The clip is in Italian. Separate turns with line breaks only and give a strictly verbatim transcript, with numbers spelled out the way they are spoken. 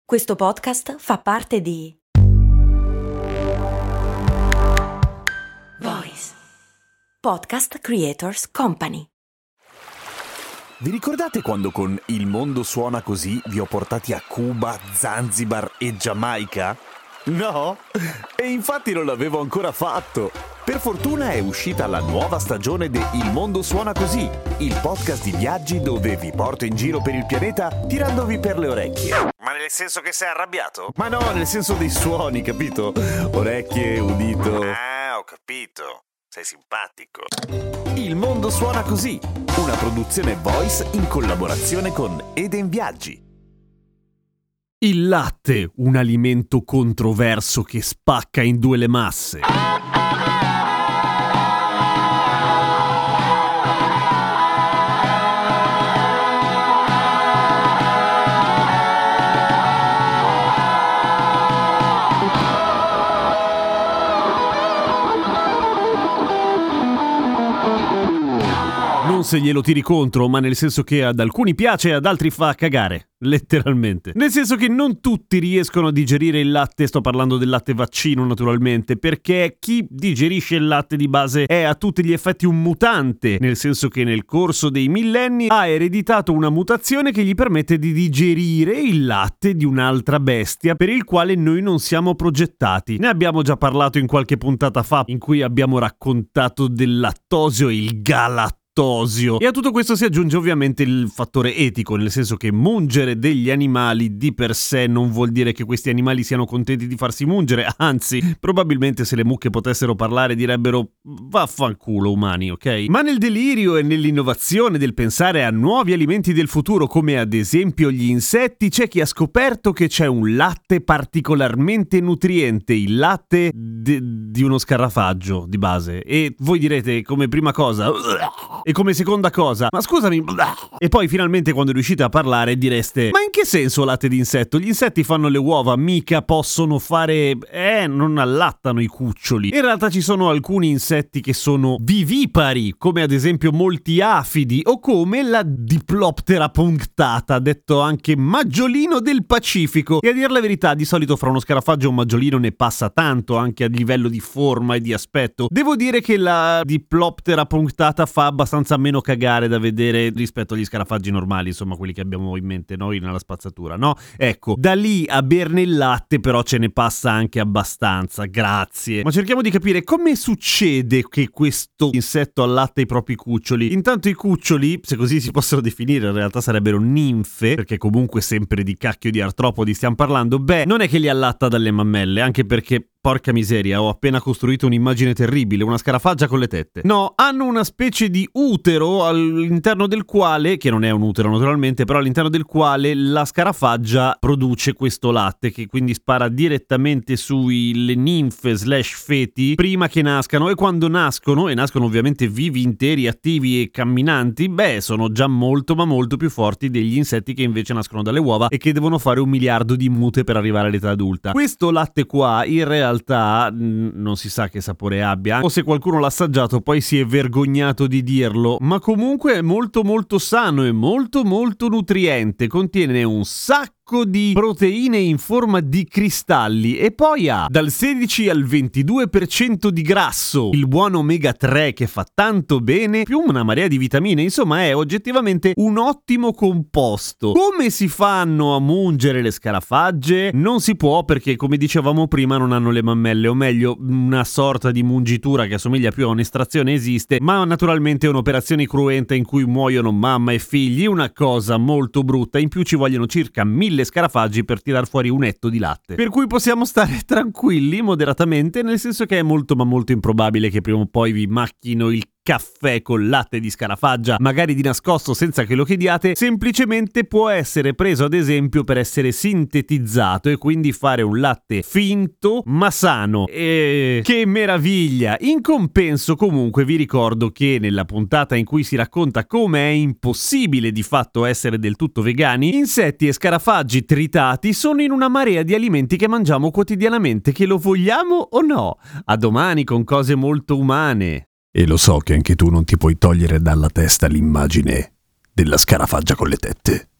Questo podcast fa parte di Voice Podcast Creators Company.
Vi ricordate quando con Il mondo suona così vi ho portati a Cuba, Zanzibar e Giamaica? No? E infatti non l'avevo ancora fatto. Per fortuna è uscita la nuova stagione di Il mondo suona così, il podcast di viaggi dove vi porto in giro per il pianeta tirandovi per le orecchie. Ma nel senso che sei arrabbiato? Ma no, nel senso dei suoni, capito? Orecchie, udito. Ah, ho capito. Sei simpatico. Il mondo suona così, una produzione Voice in collaborazione con Eden Viaggi.
Il latte, un alimento controverso che spacca in due le masse. Non se glielo tiri contro, ma nel senso che ad alcuni piace e ad altri fa cagare, letteralmente. Nel senso che non tutti riescono a digerire il latte, sto parlando del latte vaccino naturalmente, perché chi digerisce il latte di base è a tutti gli effetti un mutante, nel senso che nel corso dei millenni ha ereditato una mutazione che gli permette di digerire il latte di un'altra bestia per il quale noi non siamo progettati. Ne abbiamo già parlato in qualche puntata fa, in cui abbiamo raccontato del lattosio e il galatosio. E a tutto questo si aggiunge ovviamente il fattore etico, nel senso che mungere degli animali di per sé non vuol dire che questi animali siano contenti di farsi mungere, anzi, probabilmente se le mucche potessero parlare direbbero vaffanculo umani, ok? Ma nel delirio e nell'innovazione del pensare a nuovi alimenti del futuro, come ad esempio gli insetti, c'è chi ha scoperto che c'è un latte particolarmente nutriente, il latte de- di uno scarafaggio di base. E voi direte come prima cosa... E come seconda cosa, ma scusami, e poi finalmente quando riuscite a parlare direste, ma in che senso latte di insetto? Gli insetti fanno le uova, mica possono fare, eh, non allattano i cuccioli. In realtà ci sono alcuni insetti che sono vivipari, come ad esempio molti afidi, o come la Diploptera punctata, detto anche maggiolino del Pacifico. E a dir la verità, di solito fra uno scarafaggio e un maggiolino ne passa tanto, anche a livello di forma e di aspetto. Devo dire che la Diploptera punctata fa abbastanza meno cagare da vedere rispetto agli scarafaggi normali, insomma quelli che abbiamo in mente noi nella spazzatura, no? Ecco, da lì a berne il latte però ce ne passa anche abbastanza, grazie. Ma cerchiamo di capire come succede che questo insetto allatta i propri cuccioli. Intanto i cuccioli, se così si possono definire, in realtà sarebbero ninfe, perché comunque sempre di cacchio di artropodi stiamo parlando, beh, non è che li allatta dalle mammelle, anche perché... Porca miseria, ho appena costruito un'immagine terribile, una scarafaggia con le tette. No, hanno una specie di utero all'interno del quale, che non è un utero naturalmente, però all'interno del quale la scarafaggia produce questo latte, che quindi spara direttamente sulle ninfe slash feti prima che nascano, e quando nascono, e nascono ovviamente vivi, interi, attivi e camminanti, beh, sono già molto ma molto più forti degli insetti che invece nascono dalle uova e che devono fare un miliardo di mute per arrivare all'età adulta. Questo latte qua, in realtà, In realtà non si sa che sapore abbia, o se qualcuno l'ha assaggiato poi si è vergognato di dirlo, ma comunque è molto molto sano e molto molto nutriente, contiene un sacco di proteine in forma di cristalli e poi ha dal sedici al ventidue per cento di grasso, il buon omega tre che fa tanto bene, più una marea di vitamine, insomma è oggettivamente un ottimo composto. Come si fanno a mungere le scarafagge? Non si può, perché come dicevamo prima non hanno le mammelle, o meglio una sorta di mungitura che assomiglia più a un'estrazione esiste, ma naturalmente è un'operazione cruenta in cui muoiono mamma e figli, una cosa molto brutta. In più ci vogliono circa mille scarafaggi per tirar fuori un etto di latte, per cui possiamo stare tranquilli moderatamente, nel senso che è molto ma molto improbabile che prima o poi vi macchino il caffè con latte di scarafaggia, magari di nascosto senza che lo chiediate. Semplicemente può essere preso ad esempio per essere sintetizzato e quindi fare un latte finto ma sano. E che meraviglia! In compenso comunque vi ricordo che nella puntata in cui si racconta come è impossibile di fatto essere del tutto vegani, insetti e scarafaggi tritati sono in una marea di alimenti che mangiamo quotidianamente, che lo vogliamo o no. A domani con cose molto umane.
E lo so che anche tu non ti puoi togliere dalla testa l'immagine della scarafaggia con le tette.